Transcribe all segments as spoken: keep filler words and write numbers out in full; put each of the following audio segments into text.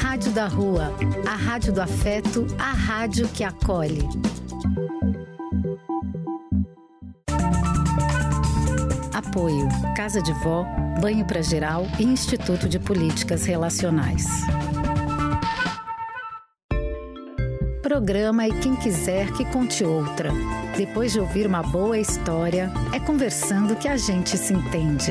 Rádio da Rua, a rádio do afeto, a rádio que acolhe. Apoio: Casa de Vó, Banho pra Geral e Instituto de Políticas Relacionais. Programa E Quem Quiser Que Conte Outra. Depois de ouvir uma boa história, é conversando que a gente se entende.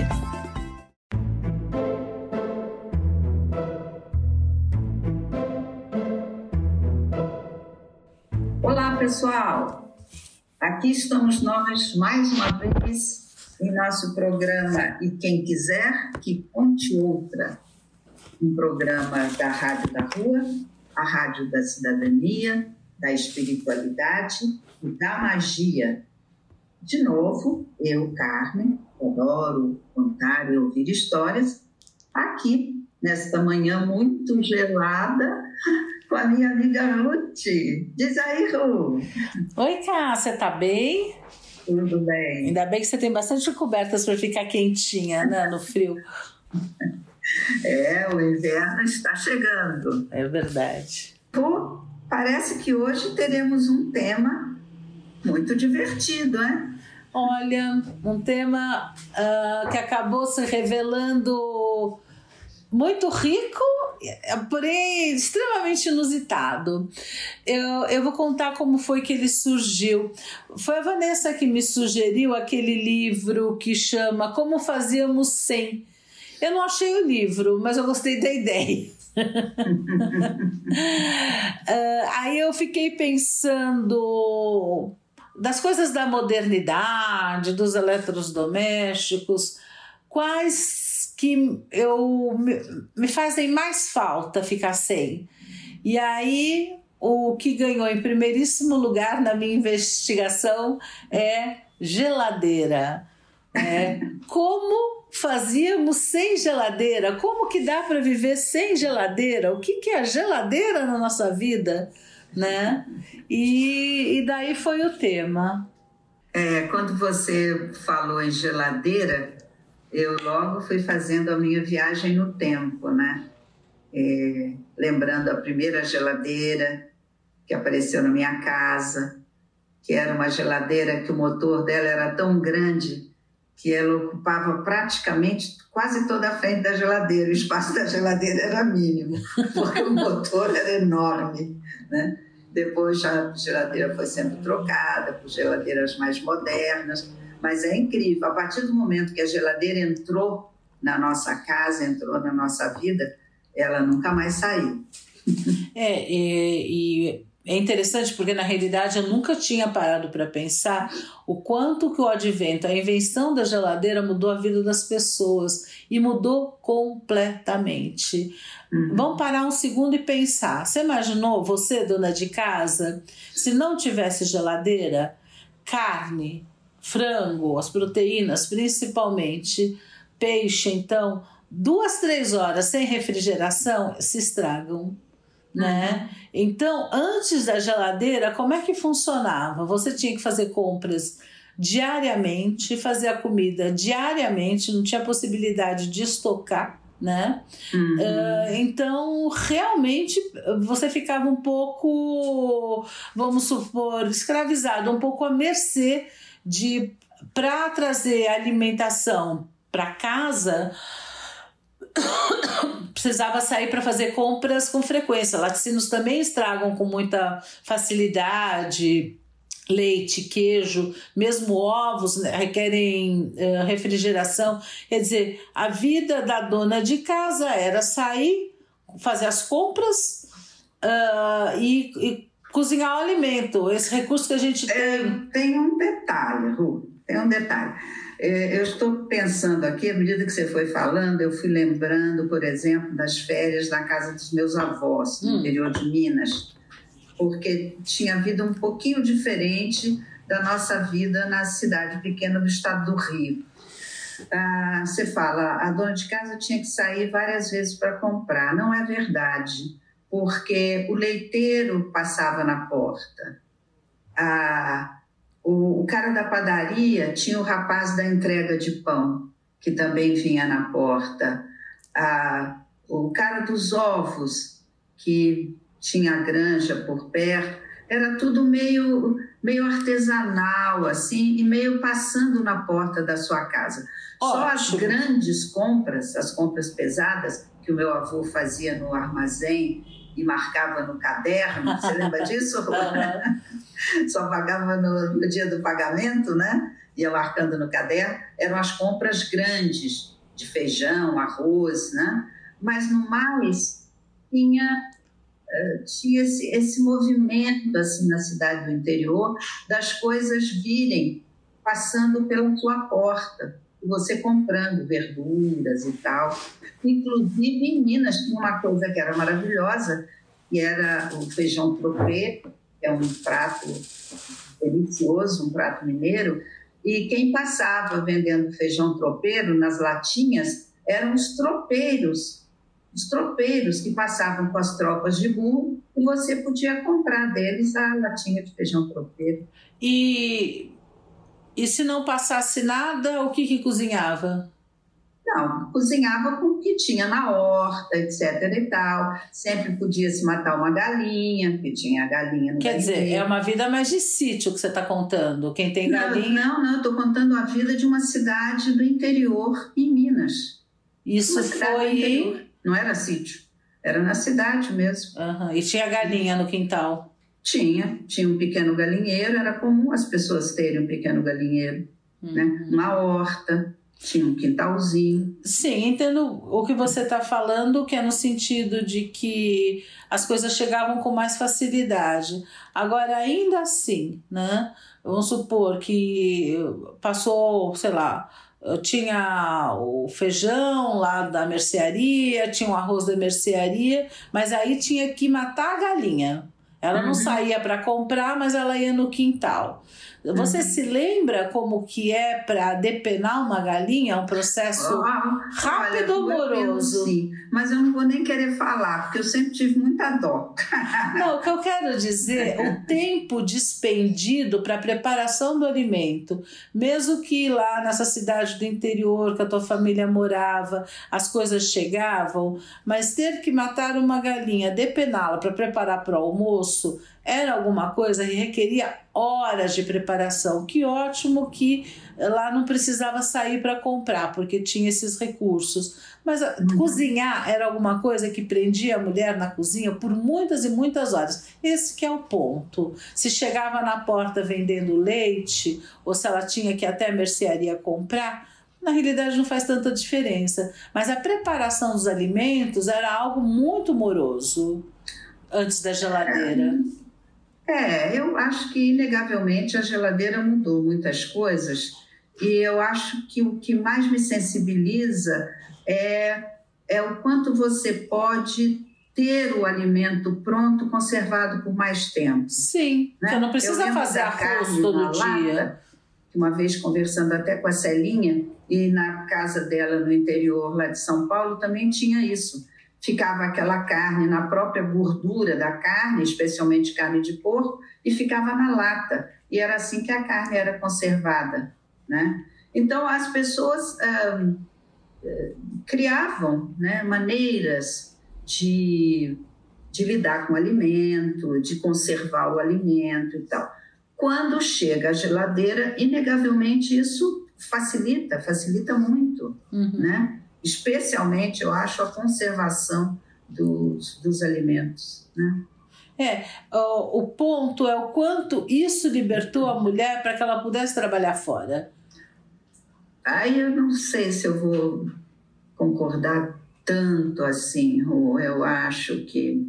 Olá, pessoal! Aqui estamos nós mais uma vez em nosso programa E Quem Quiser Que Conte Outra, um programa da Rádio da Rua, a Rádio da Cidadania, da Espiritualidade e da Magia. De novo, eu, Carmen, adoro contar e ouvir histórias, aqui, nesta manhã muito gelada, com a minha amiga Ruth. Diz aí, Ruth. Oi, Cá, você tá bem? Tudo bem. Ainda bem que você tem bastante cobertas para ficar quentinha, né, no frio. É, o inverno está chegando. É verdade. Pô, parece que hoje teremos um tema muito divertido, né? Olha, um tema uh, que acabou se revelando muito rico, porém extremamente inusitado. Eu, eu vou contar como foi que ele surgiu. Foi a Vanessa que me sugeriu aquele livro que chama Como Fazíamos Sem. Eu não achei o livro, mas eu gostei da ideia. uh, aí eu fiquei pensando das coisas da modernidade, dos eletrodomésticos, quais que eu, me, me fazem mais falta ficar sem. E aí o que ganhou em primeiríssimo lugar na minha investigação é geladeira. É, como fazíamos sem geladeira? Como que dá para viver sem geladeira? O que, que é a geladeira na nossa vida? Né? E, e daí foi o tema. É, quando você falou em geladeira, eu logo fui fazendo a minha viagem no tempo, né? É, lembrando a primeira geladeira que apareceu na minha casa, que era uma geladeira que o motor dela era tão grande que ela ocupava praticamente quase toda a frente da geladeira. O espaço da geladeira era mínimo, porque o motor era enorme, né? Depois a geladeira foi sendo trocada por geladeiras mais modernas, mas é incrível, a partir do momento que a geladeira entrou na nossa casa, entrou na nossa vida, ela nunca mais saiu. É, e... e... É interessante porque, na realidade, eu nunca tinha parado para pensar o quanto que o advento, a invenção da geladeira mudou a vida das pessoas e mudou completamente. Uhum. Vamos parar um segundo e pensar. Você imaginou, você, dona de casa, se não tivesse geladeira, carne, frango, as proteínas, principalmente, peixe, então, duas, três horas sem refrigeração se estragam. Né? Uhum. Então, antes da geladeira, como é que funcionava? Você tinha que fazer compras diariamente, fazer a comida diariamente, não tinha possibilidade de estocar, né? Uhum. Uh, então, realmente, você ficava um pouco, vamos supor, escravizado, um pouco à mercê de, para trazer alimentação para casa, precisava sair para fazer compras com frequência. Laticínios também estragam com muita facilidade, leite, queijo, mesmo ovos, né, requerem uh, refrigeração. Quer dizer, a vida da dona de casa era sair, fazer as compras uh, e, e cozinhar o alimento. Esse recurso que a gente tem. É, tem um detalhe, Ru, tem um detalhe. Eu estou pensando aqui, à medida que você foi falando, eu fui lembrando, por exemplo, das férias na casa dos meus avós, no hum. interior de Minas, porque tinha vida um pouquinho diferente da nossa vida na cidade pequena do estado do Rio. Ah, você fala, a dona de casa tinha que sair várias vezes para comprar. Não é verdade, porque o leiteiro passava na porta. Ah, O, o cara da padaria tinha o rapaz da entrega de pão, que também vinha na porta. Ah, o cara dos ovos que tinha a granja por perto, era tudo meio, meio artesanal, assim, e meio passando na porta da sua casa. Ótimo. Só as grandes compras, as compras pesadas, que o meu avô fazia no armazém e marcava no caderno, você lembra disso? Uhum. Só pagava no, no dia do pagamento, né? Ia marcando no caderno, eram as compras grandes, de feijão, arroz, né? Mas no mais, tinha... tinha esse, esse movimento assim na cidade do interior das coisas virem passando pela sua porta, você comprando verduras e tal. Inclusive em Minas tinha uma coisa que era maravilhosa, que era o feijão tropeiro, que é um prato delicioso, um prato mineiro, e quem passava vendendo feijão tropeiro nas latinhas eram os tropeiros, os tropeiros que passavam com as tropas de burro, e você podia comprar deles a latinha de feijão tropeiro. E, e se não passasse nada, o que que cozinhava? Não, cozinhava com o que tinha na horta, etc e tal. Sempre podia se matar uma galinha, porque tinha a galinha no Quer galinheiro. dizer, é uma vida mais de sítio que você está contando. Quem tem galinha... Não, não, eu estou contando a vida de uma cidade do interior em Minas. Isso foi... Não era sítio, era na cidade mesmo. Uhum. E tinha galinha no quintal? Tinha, tinha um pequeno galinheiro, era comum as pessoas terem um pequeno galinheiro, uhum. né? Uma horta, tinha um quintalzinho. Sim, entendo o que você está falando, que é no sentido de que as coisas chegavam com mais facilidade. Agora, ainda assim, né? Vamos supor que passou, sei lá... tinha o feijão lá da mercearia, tinha o arroz da mercearia, mas aí tinha que matar a galinha. Ela uhum. não saía para comprar, mas ela ia no quintal. Você uhum. se lembra como que é para depenar uma galinha? É um processo oh, rápido ou moroso? Sim, mas eu não vou nem querer falar, porque eu sempre tive muita dó. Não, o que eu quero dizer, o tempo despendido para a preparação do alimento, mesmo que lá nessa cidade do interior que a tua família morava, as coisas chegavam, mas ter que matar uma galinha, depená-la para preparar para o almoço, era alguma coisa que requeria horas de preparação. Que ótimo que lá não precisava sair para comprar, porque tinha esses recursos. Mas uhum. cozinhar era alguma coisa que prendia a mulher na cozinha por muitas e muitas horas. Esse que é o ponto. Se chegava na porta vendendo leite, ou se ela tinha que ir até a mercearia comprar, na realidade não faz tanta diferença. Mas a preparação dos alimentos era algo muito moroso antes da geladeira. É, eu acho que inegavelmente a geladeira mudou muitas coisas, e eu acho que o que mais me sensibiliza é, é o quanto você pode ter o alimento pronto, conservado por mais tempo. Sim, né? Você não precisa fazer arroz todo dia. Lata, uma vez conversando até com a Celinha, e na casa dela no interior lá de São Paulo também tinha isso. Ficava aquela carne na própria gordura da carne, especialmente carne de porco, e ficava na lata. E era assim que a carne era conservada, né? Então, as pessoas ah, criavam, né, maneiras de, de lidar com o alimento, de conservar o alimento e tal. Quando chega a geladeira, inegavelmente isso facilita, facilita muito, uhum. né? Especialmente, eu acho, a conservação dos, dos alimentos, né? É, o, o ponto é o quanto isso libertou a mulher para que ela pudesse trabalhar fora. Aí eu não sei se eu vou concordar tanto assim, Rô. Eu acho que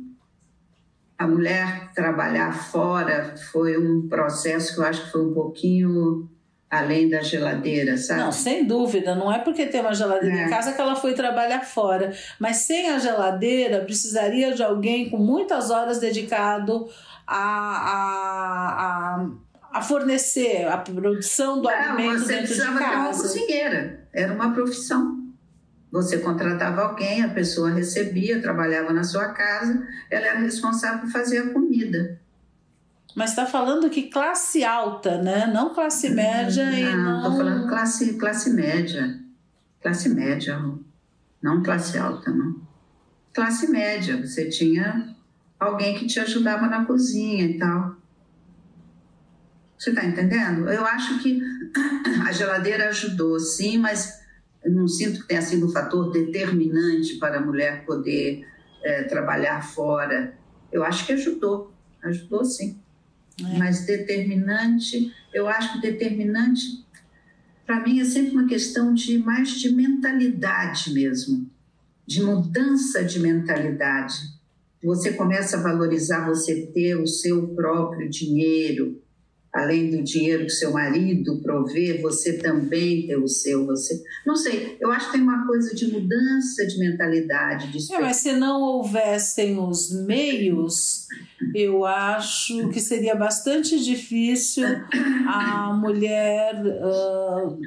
a mulher trabalhar fora foi um processo que eu acho que foi um pouquinho... além da geladeira, sabe? Não, sem dúvida. Não é porque tem uma geladeira é. em casa que ela foi trabalhar fora. Mas sem a geladeira, precisaria de alguém com muitas horas dedicado a, a, a, a fornecer a produção do Não, alimento dentro de casa. Você precisava ter uma cozinheira. Era uma profissão. Você contratava alguém, a pessoa recebia, trabalhava na sua casa, ela era responsável por fazer a comida. Mas está falando que classe alta, né? Não classe média não, e não... Estou falando classe, classe média. Classe média, não classe alta, não. Classe média. Você tinha alguém que te ajudava na cozinha e tal. Você está entendendo? Eu acho que a geladeira ajudou, sim, mas eu não sinto que tenha sido um fator determinante para a mulher poder é, trabalhar fora. Eu acho que ajudou, ajudou sim. É. Mas determinante, eu acho que determinante, para mim, é sempre uma questão de mais de mentalidade mesmo, de mudança de mentalidade. Você começa a valorizar você ter o seu próprio dinheiro, além do dinheiro que seu marido provê, você também ter o seu, você... Não sei, eu acho que tem uma coisa de mudança de mentalidade. De é, mas se não houvessem os meios, eu acho que seria bastante difícil a mulher uh,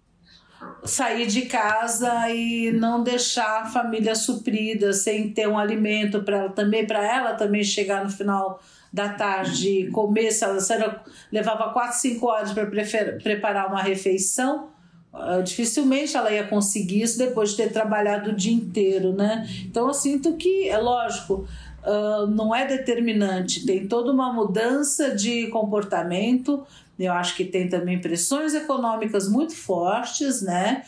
sair de casa e não deixar a família suprida, sem ter um alimento para ela também, para ela também chegar no final da tarde, comer, se ela, se ela levava quatro, cinco horas para preparar uma refeição, uh, dificilmente ela ia conseguir isso depois de ter trabalhado o dia inteiro, né? Então eu sinto que, é lógico, uh, não é determinante, tem toda uma mudança de comportamento. Eu acho que tem também pressões econômicas muito fortes, né?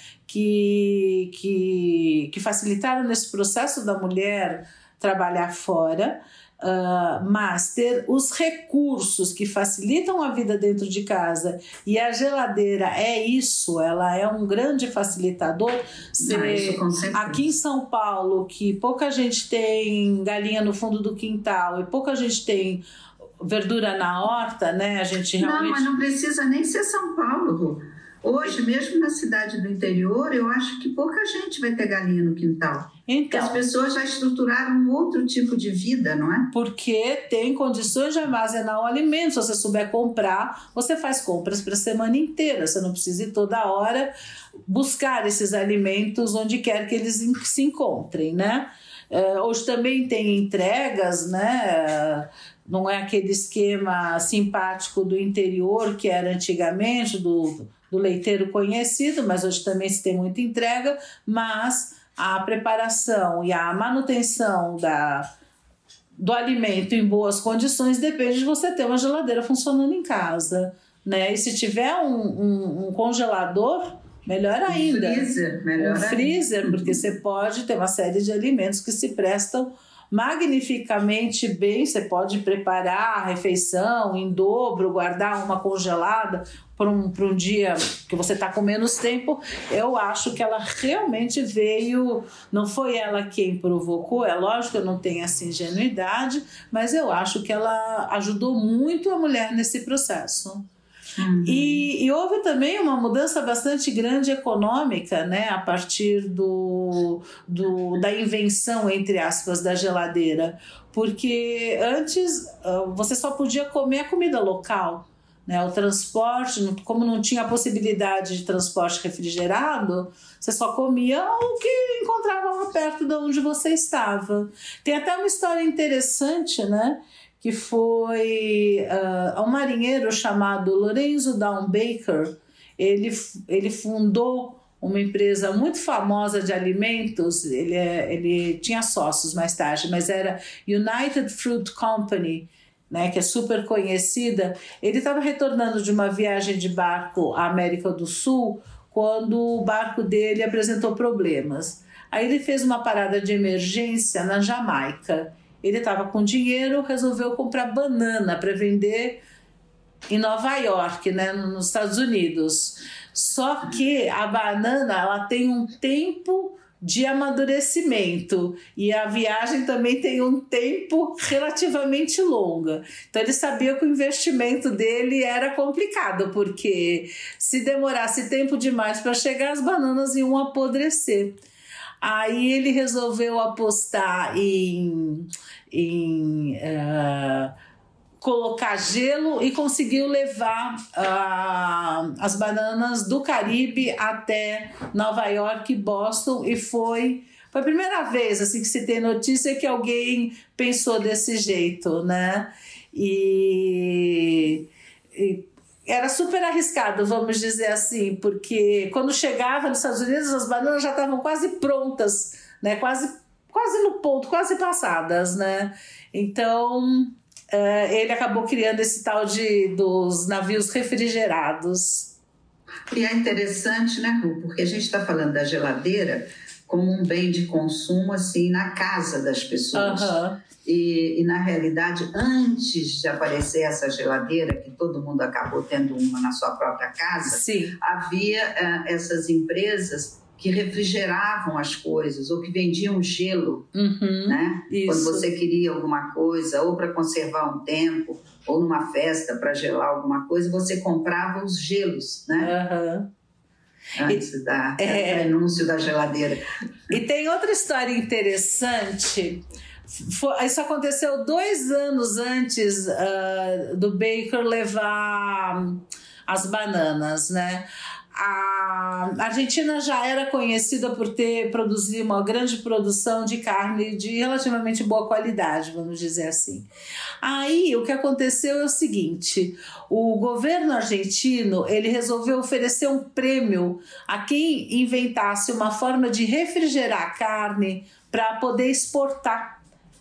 que, que, que facilitaram nesse processo da mulher trabalhar fora. Uh, mas ter os recursos que facilitam a vida dentro de casa, e a geladeira é isso, ela é um grande facilitador. Cê, ah, isso, aqui em São Paulo, que pouca gente tem galinha no fundo do quintal e pouca gente tem verdura na horta, né? A gente realmente... Não, mas não precisa nem ser São Paulo, Rô. Hoje, mesmo na cidade do interior, eu acho que pouca gente vai ter galinha no quintal. Então, porque as pessoas já estruturaram um outro tipo de vida, não é? Porque tem condições de armazenar o alimento. Se você souber comprar, você faz compras para a semana inteira. Você não precisa ir toda hora buscar esses alimentos onde quer que eles se encontrem, né? Uh, hoje também tem entregas, né? Não é aquele esquema simpático do interior que era antigamente, do... do leiteiro conhecido, mas hoje também se tem muita entrega, mas a preparação e a manutenção da, do alimento em boas condições depende de você ter uma geladeira funcionando em casa, né? E se tiver um, um, um congelador, melhor ainda. Um freezer, melhor um freezer, ainda. Porque você pode ter uma série de alimentos que se prestam magnificamente bem. Você pode preparar a refeição em dobro, guardar uma congelada para um, para um dia que você está com menos tempo. Eu acho que ela realmente veio, não foi ela quem provocou, é lógico que eu não tenho essa ingenuidade, mas eu acho que ela ajudou muito a mulher nesse processo. Uhum. E, e houve também uma mudança bastante grande econômica, né, a partir do, do, da invenção, entre aspas, da geladeira, porque antes uh, você só podia comer a comida local, né, o transporte, como não tinha a possibilidade de transporte refrigerado, você só comia o que encontrava lá perto de onde você estava. Tem até uma história interessante, né, que foi uh, um marinheiro chamado Lorenzo Down Baker. Ele, ele fundou uma empresa muito famosa de alimentos. Ele, é, ele tinha sócios mais tarde, mas era United Fruit Company, né, que é super conhecida. Ele estava retornando de uma viagem de barco à América do Sul quando o barco dele apresentou problemas. Aí ele fez uma parada de emergência na Jamaica. Ele estava com dinheiro, resolveu comprar banana para vender em Nova York, né, nos Estados Unidos. Só que a banana ela tem um tempo de amadurecimento e a viagem também tem um tempo relativamente longa. Então ele sabia que o investimento dele era complicado, porque se demorasse tempo demais para chegar, as bananas iam apodrecer. Aí ele resolveu apostar em, em uh, colocar gelo e conseguiu levar uh, as bananas do Caribe até Nova York e Boston, e foi, foi a primeira vez assim, que se tem notícia que alguém pensou desse jeito, né? E... e era super arriscado, vamos dizer assim, porque quando chegava nos Estados Unidos as bananas já estavam quase prontas, né? Quase quase no ponto, quase passadas, né? Então, uh, ele acabou criando esse tal de, dos navios refrigerados. E é interessante, né, Ru? Porque a gente está falando da geladeira como um bem de consumo, assim, na casa das pessoas. Uhum. E, e, na realidade, antes de aparecer essa geladeira, que todo mundo acabou tendo uma na sua própria casa, Sim. havia uh, essas empresas que refrigeravam as coisas ou que vendiam gelo, uhum, né? Isso. Quando você queria alguma coisa, ou para conservar um tempo, ou numa festa para gelar alguma coisa, você comprava os gelos, né? Uhum. Antes e, da, é, do anúncio da geladeira. E tem outra história interessante. Foi, isso aconteceu dois anos antes uh, do Baker levar as bananas, né? A Argentina já era conhecida por ter produzido uma grande produção de carne de relativamente boa qualidade, vamos dizer assim. Aí o que aconteceu é o seguinte: o governo argentino ele resolveu oferecer um prêmio a quem inventasse uma forma de refrigerar a carne para poder exportar.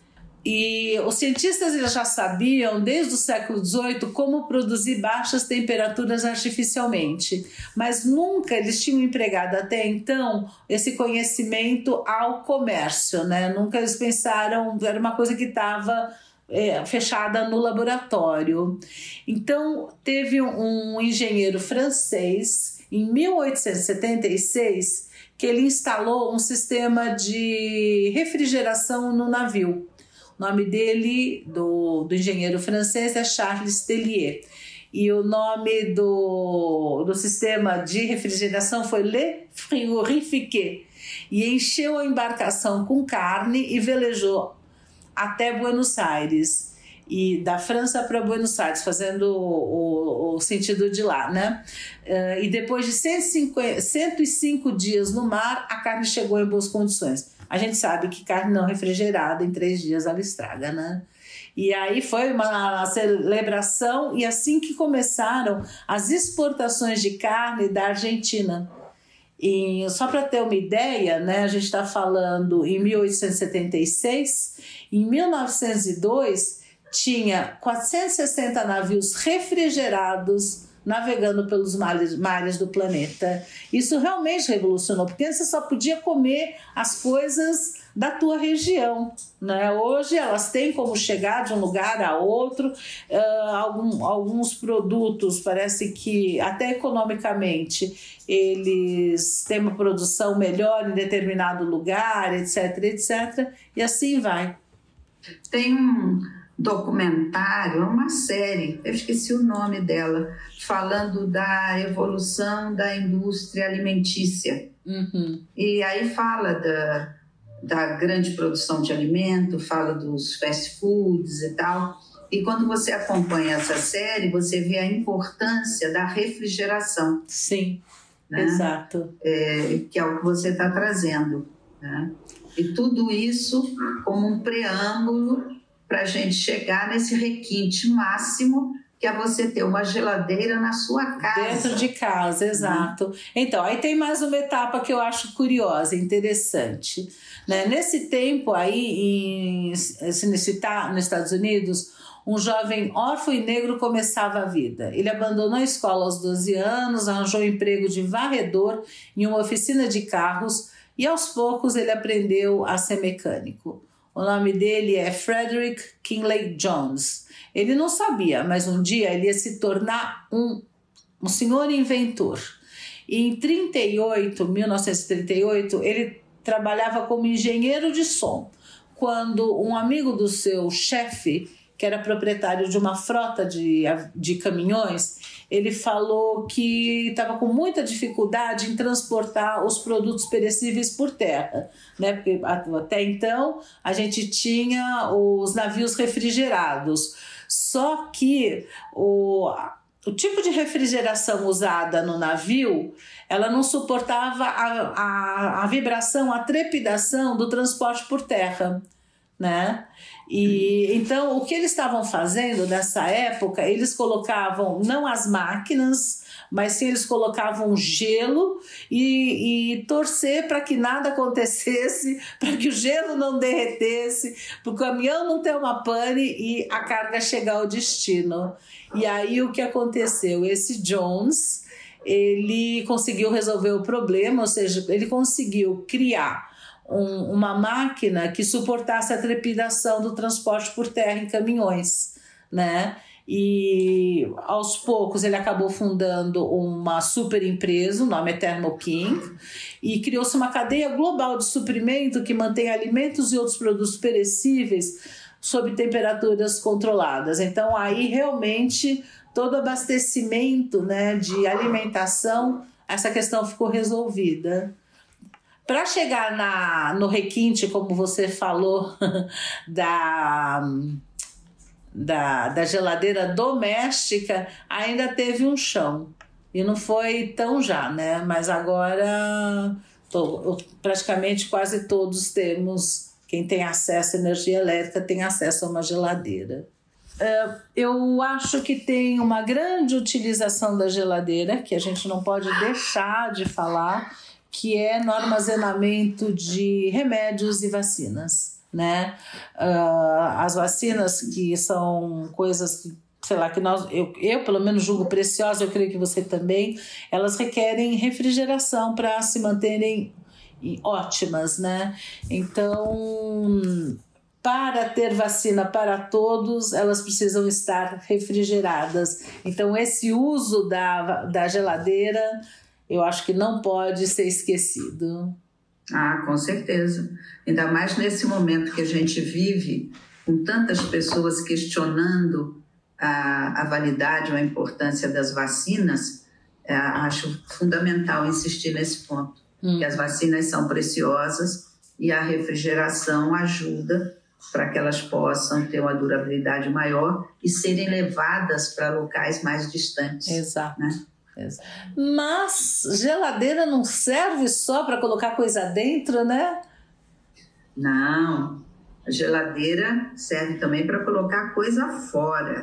E os cientistas eles já sabiam desde o século dezoito como produzir baixas temperaturas artificialmente, mas nunca eles tinham empregado até então esse conhecimento ao comércio, né? Nunca eles pensaram, era uma coisa que estava é, fechada no laboratório. Então teve um engenheiro francês em mil oitocentos e setenta e seis que ele instalou um sistema de refrigeração no navio. O nome dele, do, do engenheiro francês, é Charles Tellier. E o nome do, do sistema de refrigeração foi Le Frigorifique. E encheu a embarcação com carne e velejou até Buenos Aires. E da França para Buenos Aires, fazendo o, o, o sentido de lá, né? Uh, e depois de cento e cinquenta, cento e cinco dias no mar, a carne chegou em boas condições. A gente sabe que carne não refrigerada, em três dias ela estraga, né? E aí foi uma celebração, e assim que começaram as exportações de carne da Argentina. E só para ter uma ideia, né, a gente está falando em mil oitocentos e setenta e seis, em mil novecentos e dois tinha quatrocentos e sessenta navios refrigerados navegando pelos mares, mares do planeta. Isso realmente revolucionou, porque antes você só podia comer as coisas da tua região, né? Hoje elas têm como chegar de um lugar a outro. Uh, algum, alguns produtos, parece que até economicamente eles têm uma produção melhor em determinado lugar, etc, etcétera. E assim vai. Tem um documentário, uma série, eu esqueci o nome dela, falando da evolução da indústria alimentícia. Uhum. E aí fala da, da grande produção de alimento, fala dos fast foods e tal. E quando você acompanha essa série, você vê a importância da refrigeração. Sim, né? Exato. É, que é o que você está trazendo, né? E tudo isso como um preâmbulo para a gente chegar nesse requinte máximo, que é você ter uma geladeira na sua casa. Dentro de casa, exato. Uhum. Então, aí tem mais uma etapa que eu acho curiosa, interessante. Né? Nesse tempo aí, em, se nos Estados Unidos, um jovem órfão e negro começava a vida. Ele abandonou a escola aos doze anos, arranjou um emprego de varredor em uma oficina de carros e aos poucos ele aprendeu a ser mecânico. O nome dele é Frederick Kinley Jones. Ele não sabia, mas um dia ele ia se tornar um, um senhor inventor. E em trinta e oito, mil novecentos e trinta e oito, ele trabalhava como engenheiro de som, quando um amigo do seu chefe, que era proprietário de uma frota de, de caminhões, ele falou que estava com muita dificuldade em transportar os produtos perecíveis por terra, né? Porque até então a gente tinha os navios refrigerados, só que o, o tipo de refrigeração usada no navio, ela não suportava a, a, a vibração, a trepidação do transporte por terra. né? E então o que eles estavam fazendo nessa época, eles colocavam não as máquinas, mas sim eles colocavam gelo e, e torcer para que nada acontecesse, para que o gelo não derretesse, para o caminhão não ter uma pane e a carga chegar ao destino. E aí o que aconteceu? Esse Jones, ele conseguiu resolver o problema, ou seja, ele conseguiu criar um, uma máquina que suportasse a trepidação do transporte por terra em caminhões, né? E aos poucos ele acabou fundando uma super empresa, o nome é Thermo King, e criou-se uma cadeia global de suprimento que mantém alimentos e outros produtos perecíveis sob temperaturas controladas. Então aí realmente todo abastecimento, né, de alimentação, essa questão ficou resolvida. Para chegar na, no requinte, como você falou, da... Da, da geladeira doméstica, ainda teve um chão. E não foi tão já, né? Mas agora tô, praticamente quase todos temos, quem tem acesso à energia elétrica tem acesso a uma geladeira. Uh, eu acho que tem uma grande utilização da geladeira, que a gente não pode deixar de falar, que é no armazenamento de remédios e vacinas. Né? Uh, as vacinas, que são coisas que, sei lá, que nós, eu, eu pelo menos julgo preciosas, eu creio que você também, elas requerem refrigeração para se manterem ótimas, né? Então, para ter vacina para todos, elas precisam estar refrigeradas. Então, esse uso da, da geladeira, eu acho que não pode ser esquecido. Ah, com certeza. Ainda mais nesse momento que a gente vive, com tantas pessoas questionando a, a validade ou a importância das vacinas, é, acho fundamental insistir nesse ponto. Hum. Que as vacinas são preciosas e a refrigeração ajuda para que elas possam ter uma durabilidade maior e serem levadas para locais mais distantes. Exato. Né? Mas geladeira não serve só para colocar coisa dentro, né? Não, a geladeira serve também para colocar coisa fora.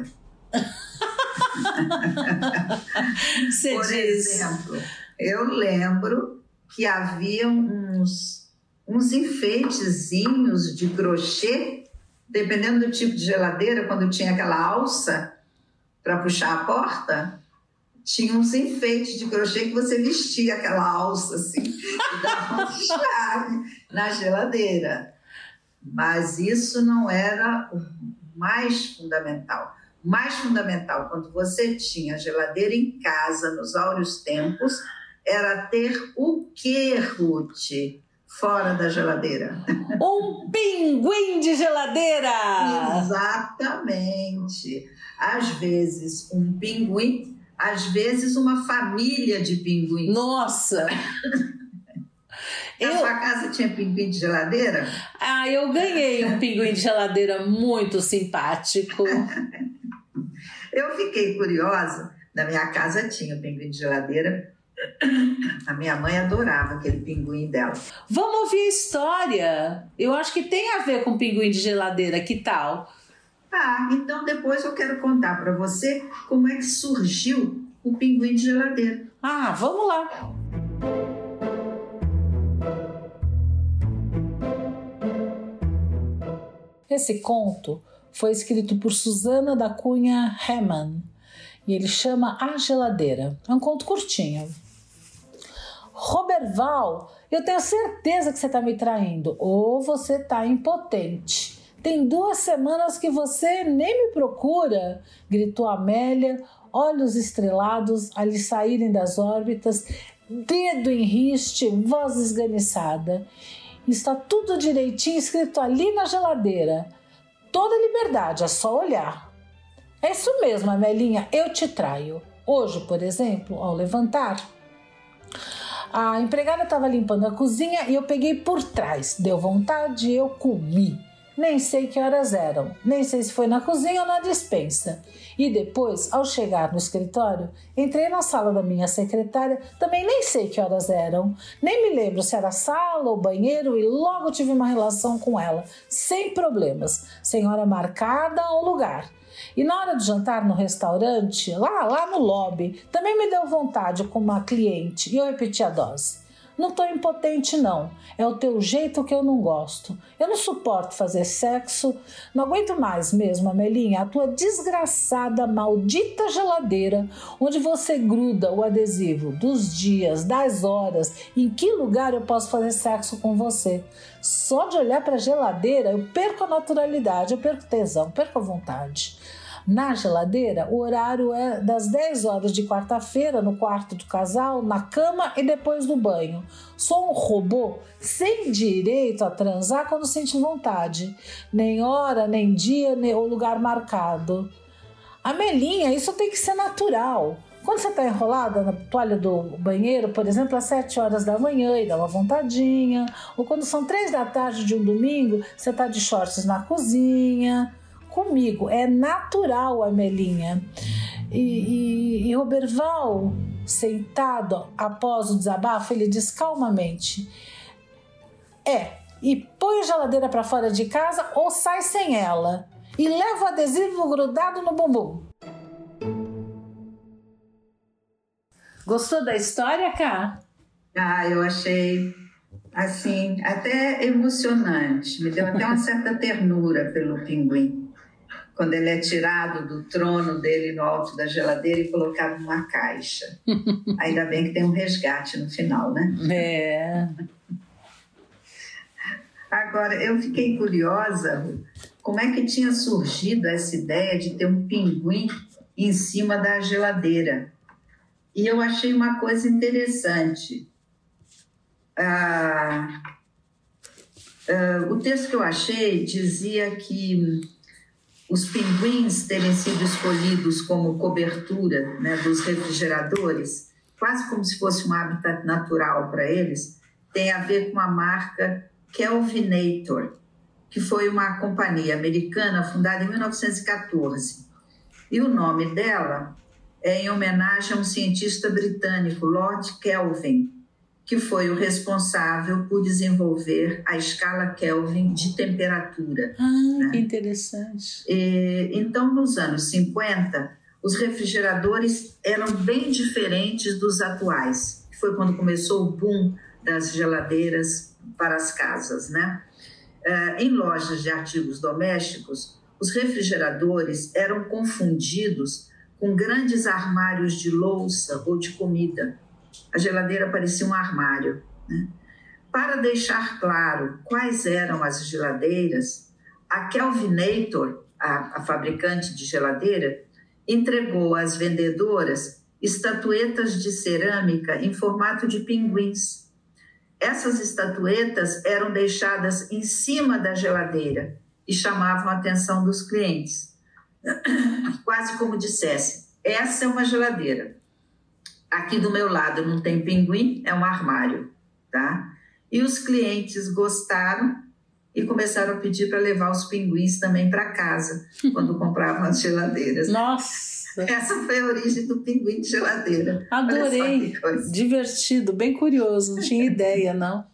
Você Por diz. exemplo, eu lembro que havia uns, uns enfeitezinhos de crochê, dependendo do tipo de geladeira, quando tinha aquela alça para puxar a porta, tinha uns enfeites de crochê que você vestia aquela alça assim e dava uma chave na geladeira. Mas isso não era o mais fundamental. O mais fundamental, quando você tinha geladeira em casa, nos áureos tempos, era ter o quê, Ruth? Fora da geladeira. Um pinguim de geladeira! Exatamente. Às vezes um pinguim, às vezes uma família de pinguins. Nossa! Na eu... sua casa tinha pinguim de geladeira? Ah, eu ganhei um pinguim de geladeira muito simpático. Eu fiquei curiosa. Na minha casa tinha pinguim de geladeira. A minha mãe adorava aquele pinguim dela. Vamos ouvir a história. Eu acho que tem a ver com pinguim de geladeira. Que tal? Ah, então depois eu quero contar para você como é que surgiu o pinguim de geladeira. Ah, vamos lá. Esse conto foi escrito por Susana da Cunha Heman e ele chama A Geladeira. É um conto curtinho. Roberval, eu tenho certeza que você está me traindo ou você está impotente. Tem duas semanas que você nem me procura, gritou Amélia, olhos estrelados a lhe saírem das órbitas, dedo em riste, voz esganiçada. Está tudo direitinho escrito ali na geladeira. Toda liberdade, é só olhar. É isso mesmo, Amelinha, eu te traio. Hoje, por exemplo, ao levantar, a empregada estava limpando a cozinha e eu peguei por trás. Deu vontade e eu comi. Nem sei que horas eram, nem sei se foi na cozinha ou na despensa. E depois, ao chegar no escritório, entrei na sala da minha secretária, também nem sei que horas eram, nem me lembro se era sala ou banheiro, e logo tive uma relação com ela, sem problemas, sem hora marcada ou lugar. E na hora de jantar no restaurante, lá, lá no lobby, também me deu vontade com uma cliente e eu repeti a dose. Não tô impotente não, é o teu jeito que eu não gosto. Eu não suporto fazer sexo, não aguento mais mesmo, Amelinha, a tua desgraçada, maldita geladeira, onde você gruda o adesivo dos dias, das horas, em que lugar eu posso fazer sexo com você. Só de olhar para a geladeira eu perco a naturalidade, eu perco tesão, perco a vontade. Na geladeira, o horário é das dez horas de quarta-feira, no quarto do casal, na cama e depois do banho. Sou um robô sem direito a transar quando sente vontade. Nem hora, nem dia, nem ou lugar marcado. Amelinha, isso tem que ser natural. Quando você está enrolada na toalha do banheiro, por exemplo, às sete horas da manhã e dá uma vontadinha, ou quando são três da tarde de um domingo, você está de shorts na cozinha. Comigo, é natural, Amelinha. E, e, e Roberval, sentado após o desabafo, ele diz calmamente: é, e põe a geladeira para fora de casa ou sai sem ela. E leva o adesivo grudado no bumbum. Gostou da história, Cá? Ah, eu achei, assim, até emocionante. Me deu até uma certa ternura pelo pinguim. Quando ele é tirado do trono dele no alto da geladeira e colocado numa caixa. Ainda bem que tem um resgate no final, né? É. Agora, eu fiquei curiosa como é que tinha surgido essa ideia de ter um pinguim em cima da geladeira. E eu achei uma coisa interessante. Ah, ah, o texto que eu achei dizia que os pinguins terem sido escolhidos como cobertura, né, dos refrigeradores, quase como se fosse um habitat natural para eles, tem a ver com a marca Kelvinator, que foi uma companhia americana fundada em mil novecentos e quatorze. E o nome dela é em homenagem a um cientista britânico, Lord Kelvin, que foi o responsável por desenvolver a escala Kelvin de temperatura. Ah, né? Que interessante. E, então, nos anos cinquenta, os refrigeradores eram bem diferentes dos atuais. Foi quando começou o boom das geladeiras para as casas, né? Uh, em lojas de artigos domésticos, os refrigeradores eram confundidos com grandes armários de louça ou de comida. A geladeira parecia um armário, né? Para deixar claro quais eram as geladeiras, a Kelvinator, a, a fabricante de geladeira, entregou às vendedoras estatuetas de cerâmica em formato de pinguins. Essas estatuetas eram deixadas em cima da geladeira e chamavam a atenção dos clientes. Quase como dissesse: essa é uma geladeira. Aqui do meu lado não tem pinguim, é um armário, tá? E os clientes gostaram e começaram a pedir para levar os pinguins também para casa, quando compravam as geladeiras. Nossa! Essa foi a origem do pinguim de geladeira. Adorei, divertido, bem curioso, não tinha ideia, não.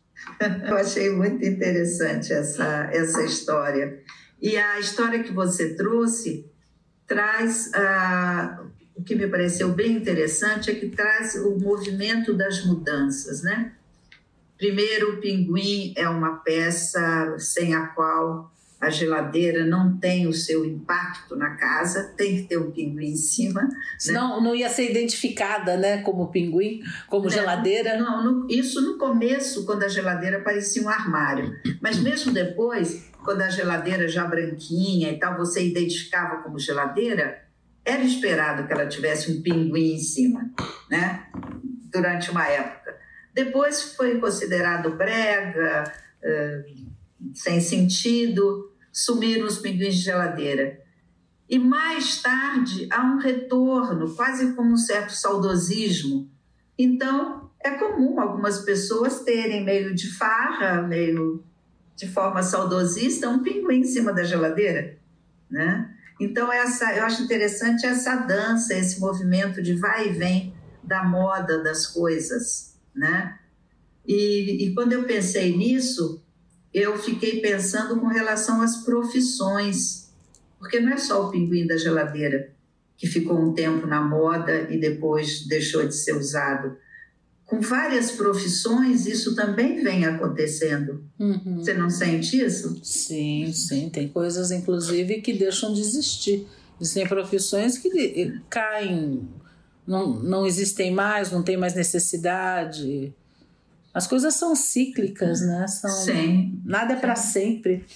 Eu achei muito interessante essa, essa história. E a história que você trouxe traz... Uh, o que me pareceu bem interessante é que traz o movimento das mudanças, né? Primeiro, o pinguim é uma peça sem a qual a geladeira não tem o seu impacto na casa, tem que ter um pinguim em cima. Senão, né? Não ia ser identificada, né, como pinguim, como não, geladeira. Não, no, isso no começo, quando a geladeira parecia um armário. Mas mesmo depois, quando a geladeira já branquinha e tal, você identificava como geladeira, era esperado que ela tivesse um pinguim em cima, né? Durante uma época. Depois foi considerado brega, uh, sem sentido, sumiram os pinguins de geladeira. E mais tarde há um retorno, quase como um certo saudosismo. Então, é comum algumas pessoas terem meio de farra, meio de forma saudosista, um pinguim em cima da geladeira, né? Então, essa, eu acho interessante essa dança, esse movimento de vai e vem da moda das coisas, né? E, e quando eu pensei nisso, eu fiquei pensando com relação às profissões, porque não é só o pinguim da geladeira que ficou um tempo na moda e depois deixou de ser usado. Com várias profissões, isso também vem acontecendo. Uhum. Você não sente isso? Sim, sim. Tem coisas, inclusive, que deixam de existir. Existem profissões que caem, não, não existem mais, não tem mais necessidade. As coisas são cíclicas, né? São, sim. Nada é para sempre.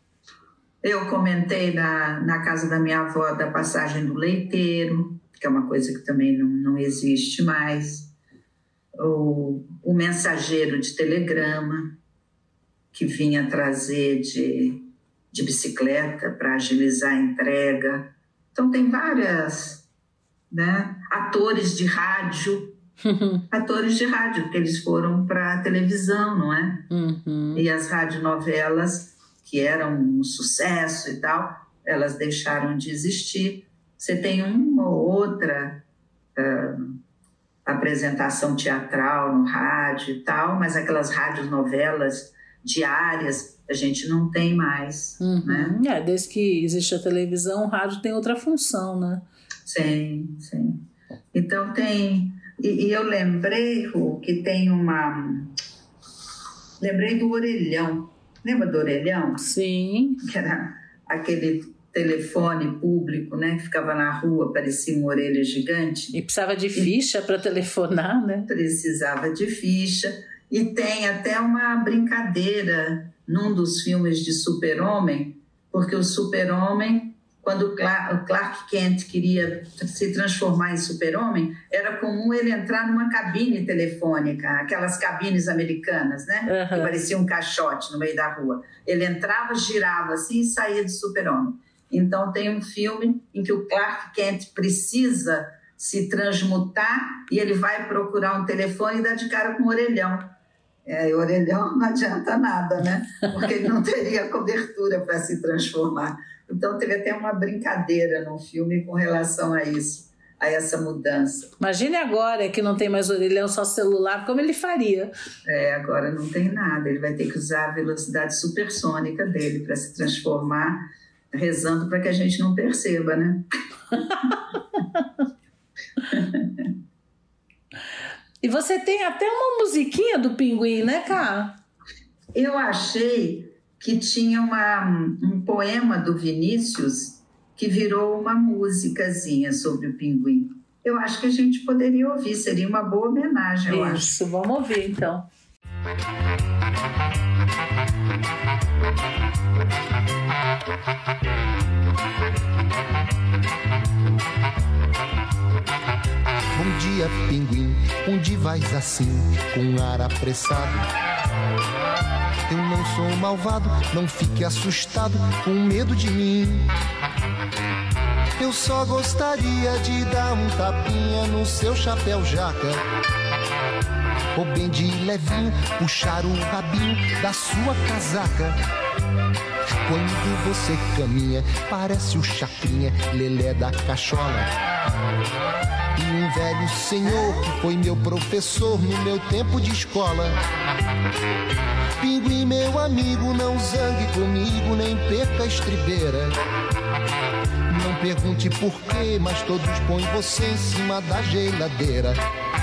Eu comentei na, na casa da minha avó da passagem do leiteiro, que é uma coisa que também não, não existe mais. O, o mensageiro de telegrama, que vinha trazer de, de bicicleta para agilizar a entrega. Então, tem várias, né? Atores de rádio, atores de rádio, porque eles foram para a televisão, não é? Uhum. E as radionovelas, que eram um sucesso e tal, elas deixaram de existir. Você tem uma ou outra uh, apresentação teatral no rádio e tal, mas aquelas radionovelas diárias a gente não tem mais. Uhum. Né? É, desde que existe a televisão, o rádio tem outra função, né? Sim, sim. Então tem... E, e eu lembrei, Ru, que tem uma... Lembrei do orelhão. Lembra do orelhão? Sim. Que era aquele telefone público, né? Que ficava na rua, parecia uma orelha gigante. E precisava de ficha para telefonar, né? Precisava de ficha. E tem até uma brincadeira num dos filmes de Super-Homem, porque o Super-Homem, quando o Clark Kent queria se transformar em Super-Homem, era comum ele entrar numa cabine telefônica, aquelas cabines americanas, né? Uhum. Que parecia um caixote no meio da rua. Ele entrava, girava assim e saía de Super-Homem. Então tem um filme em que o Clark Kent precisa se transmutar e ele vai procurar um telefone e dá de cara com o orelhão. É, e o orelhão não adianta nada, né? Porque ele não teria cobertura para se transformar. Então teve até uma brincadeira no filme com relação a isso, a essa mudança. Imagine agora que não tem mais orelhão, só celular, como ele faria? É, agora não tem nada. Ele vai ter que usar a velocidade supersônica dele para se transformar, rezando para que a gente não perceba, né? E você tem até uma musiquinha do Pinguim, né, Cá? Eu achei que tinha uma, um poema do Vinícius que virou uma musicazinha sobre o Pinguim. Eu acho que a gente poderia ouvir, seria uma boa homenagem, eu acho. Isso, vamos ouvir então. Bom dia, pinguim, onde vais assim, com ar apressado? Eu não sou malvado, não fique assustado, com medo de mim. Eu só gostaria de dar um tapinha no seu chapéu jaca, ou bem de levinho, puxar o rabinho da sua casaca. Quando você caminha, parece o Chacrinha, lelé da cachola. E um velho senhor que foi meu professor no meu tempo de escola. Pinguim, meu amigo, não zangue comigo, nem perca a estribeira. Não pergunte por quê, mas todos põem você em cima da geladeira.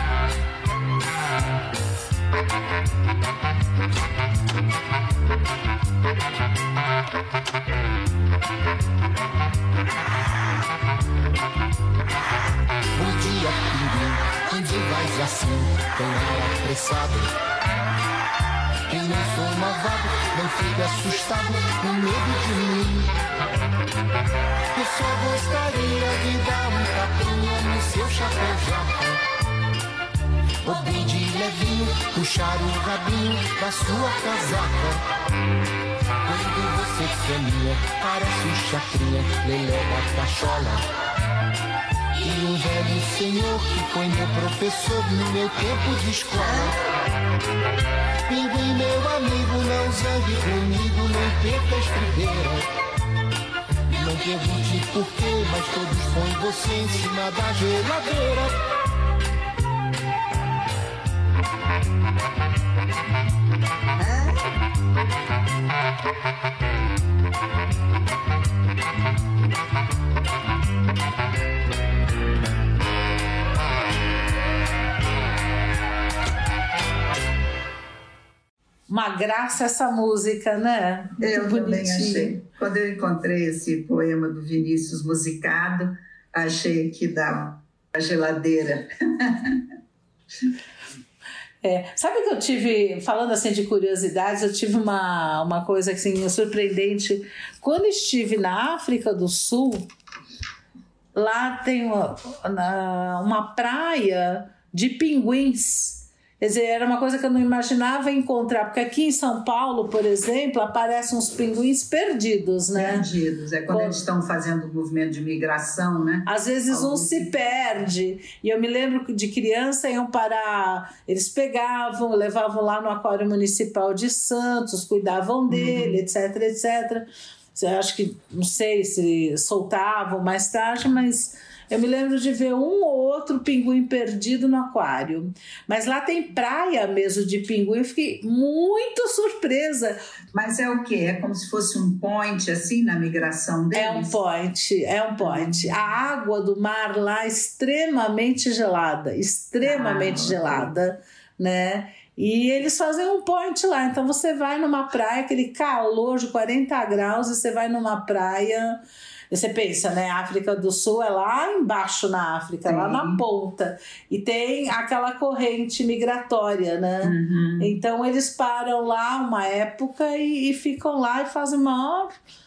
Bom dia, pinguim, onde vais assim, com ar apressado? Eu não sou malvado, não fique assustado, com medo de mim. Eu só gostaria de dar um tapinha no seu chapéu jaca, ou bem de levinho, puxar o rabinho da sua casaca. Quando você caminha, parece o Chacrinha, lelé da cachola. E um velho senhor que foi meu professor no meu tempo de escola. Pinguim, meu amigo, não zangue comigo, não perca a estribeira. Não pergunte por quê, mas todos põem você em cima da geladeira. Uma graça essa música, né? Muito eu bonitinho. Também achei. Quando eu encontrei esse poema do Vinícius musicado, achei que dava a geladeira. É, sabe que eu tive, falando assim de curiosidades, eu tive uma, uma coisa assim, surpreendente. Quando estive na África do Sul, lá tem uma, uma praia de pinguins. Quer dizer, era uma coisa que eu não imaginava encontrar, porque aqui em São Paulo, por exemplo, aparecem uns pinguins perdidos, né? Perdidos, é quando Pô, eles estão fazendo o movimento de migração, né? Às vezes Algum um se tipo. perde, e eu me lembro que de criança iam parar, eles pegavam, levavam lá no Aquário Municipal de Santos, cuidavam dele, uhum. etc, etcétera. Eu acho que, não sei se soltavam mais tarde, mas... Eu me lembro de ver um ou outro pinguim perdido no aquário. Mas lá tem praia mesmo de pinguim. Eu fiquei muito surpresa. Mas é o quê? É como se fosse um point, assim, na migração deles? É um point, é um point. A água do mar lá é extremamente gelada. Extremamente ah, gelada, né? E eles fazem um point lá. Então você vai numa praia, aquele calor de quarenta graus, e você vai numa praia... Você pensa, né? A África do Sul é lá embaixo na África, Sim. lá na ponta. E tem aquela corrente migratória, né? Uhum. Então, eles param lá uma época e, e ficam lá e fazem uma...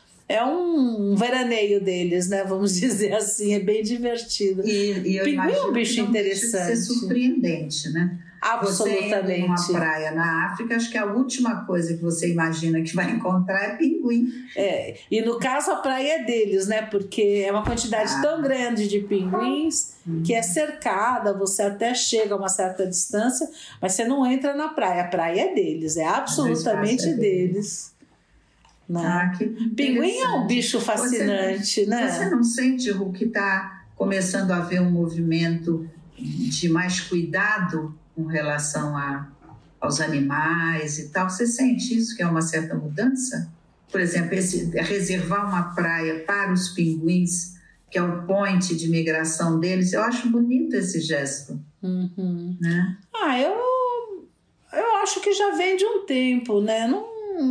É um veraneio deles, né? Vamos dizer assim. É bem divertido. E, e eu Pinguim é um bicho interessante. Ser surpreendente, né? Absolutamente. Você entra numa praia na África, acho que a última coisa que você imagina que vai encontrar é pinguim. É, e no caso a praia é deles, né? Porque é uma quantidade ah. tão grande de pinguins hum. que é cercada, você até chega a uma certa distância, mas você não entra na praia. A praia é deles, é absolutamente é deles. deles. Né? Ah, que pinguim é um bicho fascinante, você, né? Você não sente, Ru, que está começando a haver um movimento de mais cuidado com relação a, aos animais e tal? Você sente isso, que é uma certa mudança? Por exemplo, esse, reservar uma praia para os pinguins, que é o point de migração deles, eu acho bonito esse gesto. Uhum. Né? Ah, eu, eu acho que já vem de um tempo, né? Não,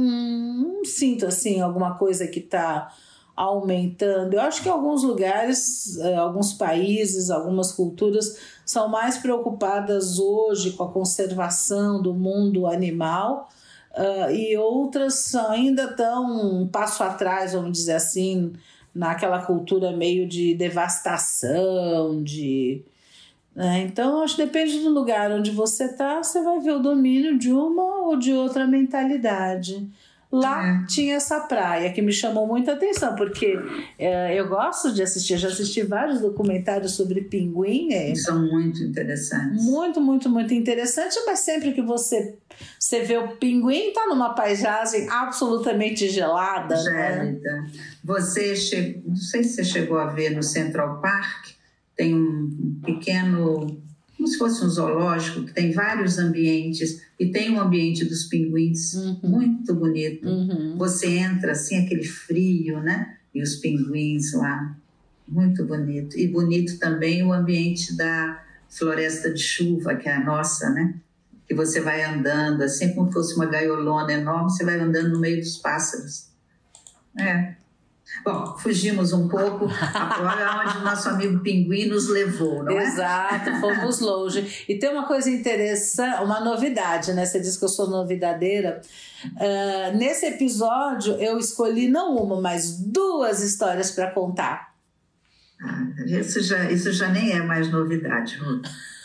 não sinto assim alguma coisa que está aumentando. Eu acho que em alguns lugares, alguns países, algumas culturas são mais preocupadas hoje com a conservação do mundo animal uh, e outras ainda estão um passo atrás, vamos dizer assim, naquela cultura meio de devastação, de... Né? Então, acho que depende do lugar onde você está, você vai ver o domínio de uma ou de outra mentalidade. Lá é. tinha essa praia que me chamou muita atenção, porque é, eu gosto de assistir, já assisti vários documentários sobre pinguim. É, São muito interessantes. Muito, muito, muito interessante, mas sempre que você, você vê o pinguim, está numa paisagem absolutamente gelada. Gélida. Né? Você chegou, não sei se você chegou a ver no Central Park, tem um pequeno... como se fosse um zoológico, que tem vários ambientes, e tem um ambiente dos pinguins uhum. muito bonito. Uhum. Você entra, assim, aquele frio, né? E os pinguins lá, muito bonito. E bonito também o ambiente da floresta de chuva, que é a nossa, né? Que você vai andando, assim como fosse uma gaiolona enorme, você vai andando no meio dos pássaros. É... Bom, fugimos um pouco agora onde o nosso amigo pinguim nos levou, não é? Exato, fomos longe. E tem uma coisa interessante, uma novidade, né? Você disse que eu sou novidadeira. Uh, nesse episódio, eu escolhi não uma, mas duas histórias para contar. Ah, isso, já, isso já nem é mais novidade, Ru.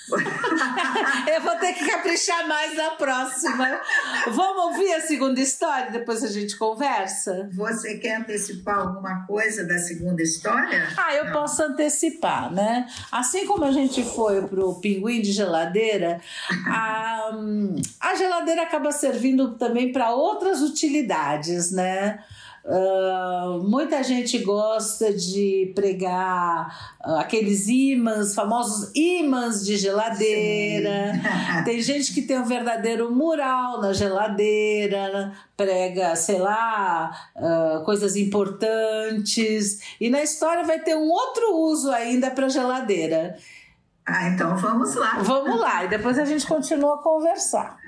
Eu vou ter que caprichar mais na próxima. Vamos ouvir a segunda história, depois a gente conversa? Você quer antecipar alguma coisa da segunda história? Ah, eu Não. posso antecipar, né? Assim como a gente foi pro Pinguim de Geladeira, a, a geladeira acaba servindo também para outras utilidades, né? Uh, muita gente gosta de pregar uh, aqueles ímãs, famosos ímãs de geladeira. Tem gente que tem um verdadeiro mural na geladeira, prega, sei lá, uh, coisas importantes. E na história vai ter um outro uso ainda para geladeira. Ah, então vamos lá. Vamos lá, e depois a gente continua a conversar.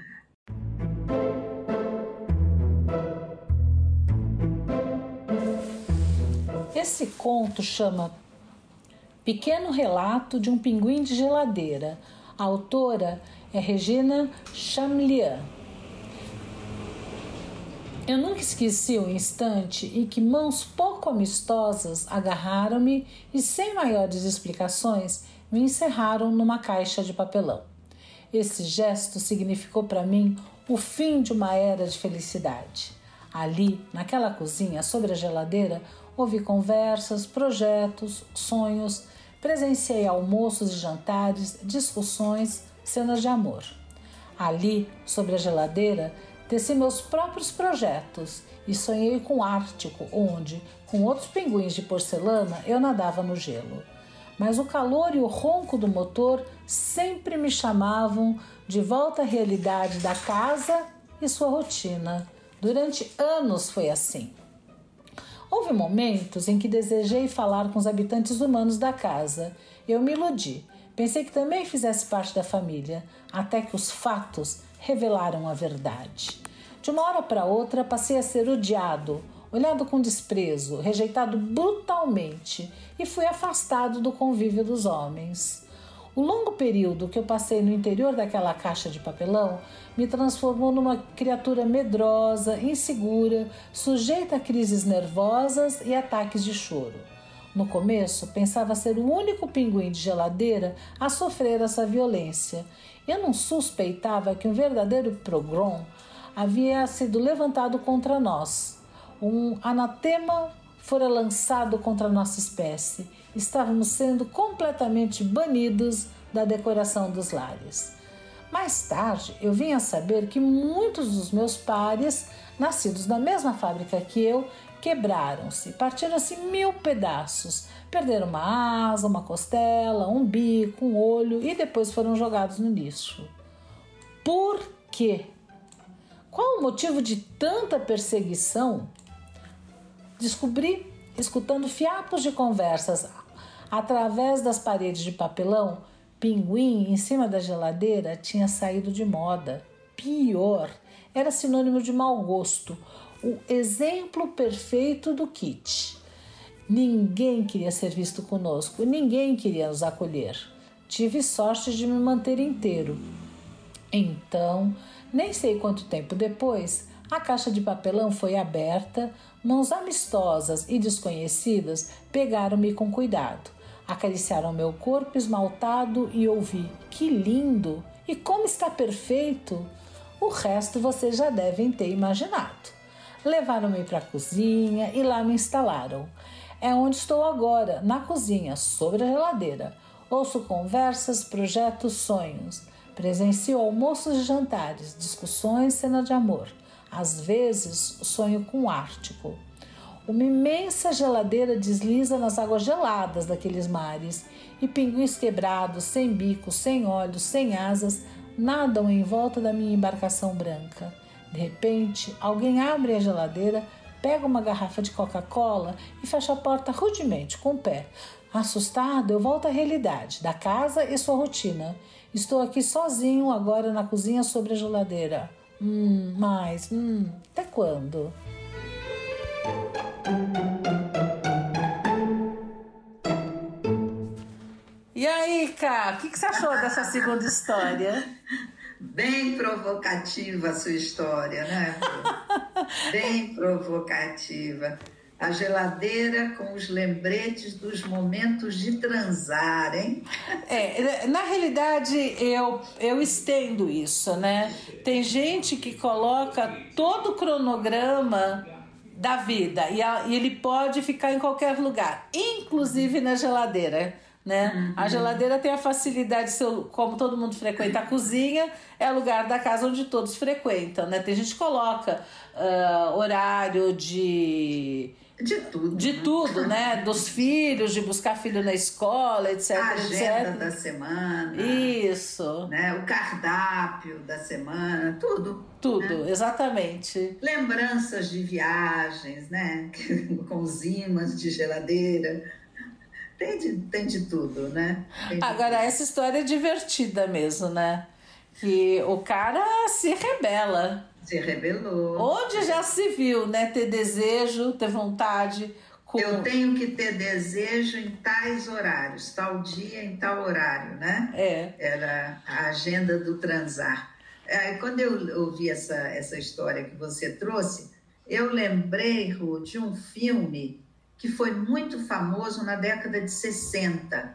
Esse conto chama Pequeno Relato de um Pinguim de Geladeira. A autora é Regina Chamlian. Eu nunca esqueci o instante em que mãos pouco amistosas agarraram-me e, sem maiores explicações, me encerraram numa caixa de papelão. Esse gesto significou para mim o fim de uma era de felicidade. Ali, naquela cozinha, sobre a geladeira, ouvi conversas, projetos, sonhos, presenciei almoços e jantares, discussões, cenas de amor. Ali, sobre a geladeira, teci meus próprios projetos e sonhei com o Ártico, onde, com outros pinguins de porcelana, eu nadava no gelo. Mas o calor e o ronco do motor sempre me chamavam de volta à realidade da casa e sua rotina. Durante anos foi assim. Houve momentos em que desejei falar com os habitantes humanos da casa. Eu me iludi. Pensei que também fizesse parte da família, até que os fatos revelaram a verdade. De uma hora para outra, passei a ser odiado, olhado com desprezo, rejeitado brutalmente e fui afastado do convívio dos homens. O longo período que eu passei no interior daquela caixa de papelão me transformou numa criatura medrosa, insegura, sujeita a crises nervosas e ataques de choro. No começo, pensava ser o único pinguim de geladeira a sofrer essa violência. Eu não suspeitava que um verdadeiro pogrom havia sido levantado contra nós. Um anatema fora lançado contra a nossa espécie. Estávamos sendo completamente banidos da decoração dos lares. Mais tarde, eu vim a saber que muitos dos meus pares, nascidos na mesma fábrica que eu, quebraram-se, partiram-se em mil pedaços, perderam uma asa, uma costela, um bico, um olho e depois foram jogados no lixo. Por quê? Qual o motivo de tanta perseguição? Descobri, escutando fiapos de conversas através das paredes de papelão, pinguim em cima da geladeira tinha saído de moda. Pior, era sinônimo de mau gosto, o exemplo perfeito do kit. Ninguém queria ser visto conosco, ninguém queria nos acolher. Tive sorte de me manter inteiro. Então, nem sei quanto tempo depois, a caixa de papelão foi aberta, mãos amistosas e desconhecidas pegaram-me com cuidado, acariciaram meu corpo esmaltado e ouvi: que lindo! E como está perfeito! O resto vocês já devem ter imaginado. Levaram-me para a cozinha e lá me instalaram. É onde estou agora, na cozinha, sobre a geladeira. Ouço conversas, projetos, sonhos. Presencio almoços e jantares, discussões, cena de amor. Às vezes, sonho com o Ártico. Uma imensa geladeira desliza nas águas geladas daqueles mares e pinguins quebrados, sem bico, sem olhos, sem asas, nadam em volta da minha embarcação branca. De repente, alguém abre a geladeira, pega uma garrafa de Coca-Cola e fecha a porta rudemente com o pé. Assustado, eu volto à realidade da casa e sua rotina. Estou aqui sozinho agora na cozinha sobre a geladeira. Hum, mas, hum, até quando? E aí, Ká, o que, que você achou dessa segunda história? Bem provocativa a sua história, né? Bem provocativa. A geladeira com os lembretes dos momentos de transar, hein? É, na realidade, eu, eu estendo isso, né? Tem gente que coloca todo o cronograma da vida e, a, e ele pode ficar em qualquer lugar, inclusive na geladeira, né? Uhum. A geladeira tem a facilidade, como todo mundo frequenta a cozinha, é o lugar da casa onde todos frequentam, né? Tem gente que coloca uh, horário de... De tudo. De né? tudo, né? Dos filhos, de buscar filho na escola, etc. A agenda etcétera da semana. Isso. Né? O cardápio da semana, tudo. Tudo, né? Exatamente. Lembranças de viagens, né? Com os ímãs de geladeira. Tem de, tem de tudo, né? De Agora, tudo. essa história é divertida mesmo, né? Que o cara se rebela. Se rebelou. Onde já se viu, né? Ter desejo, ter vontade. Com... Eu tenho que ter desejo em tais horários, tal dia em tal horário, né? É. Era a agenda do transar. Aí, quando eu ouvi essa, essa história que você trouxe, eu lembrei, Ru, de um filme que foi muito famoso na década de sessenta,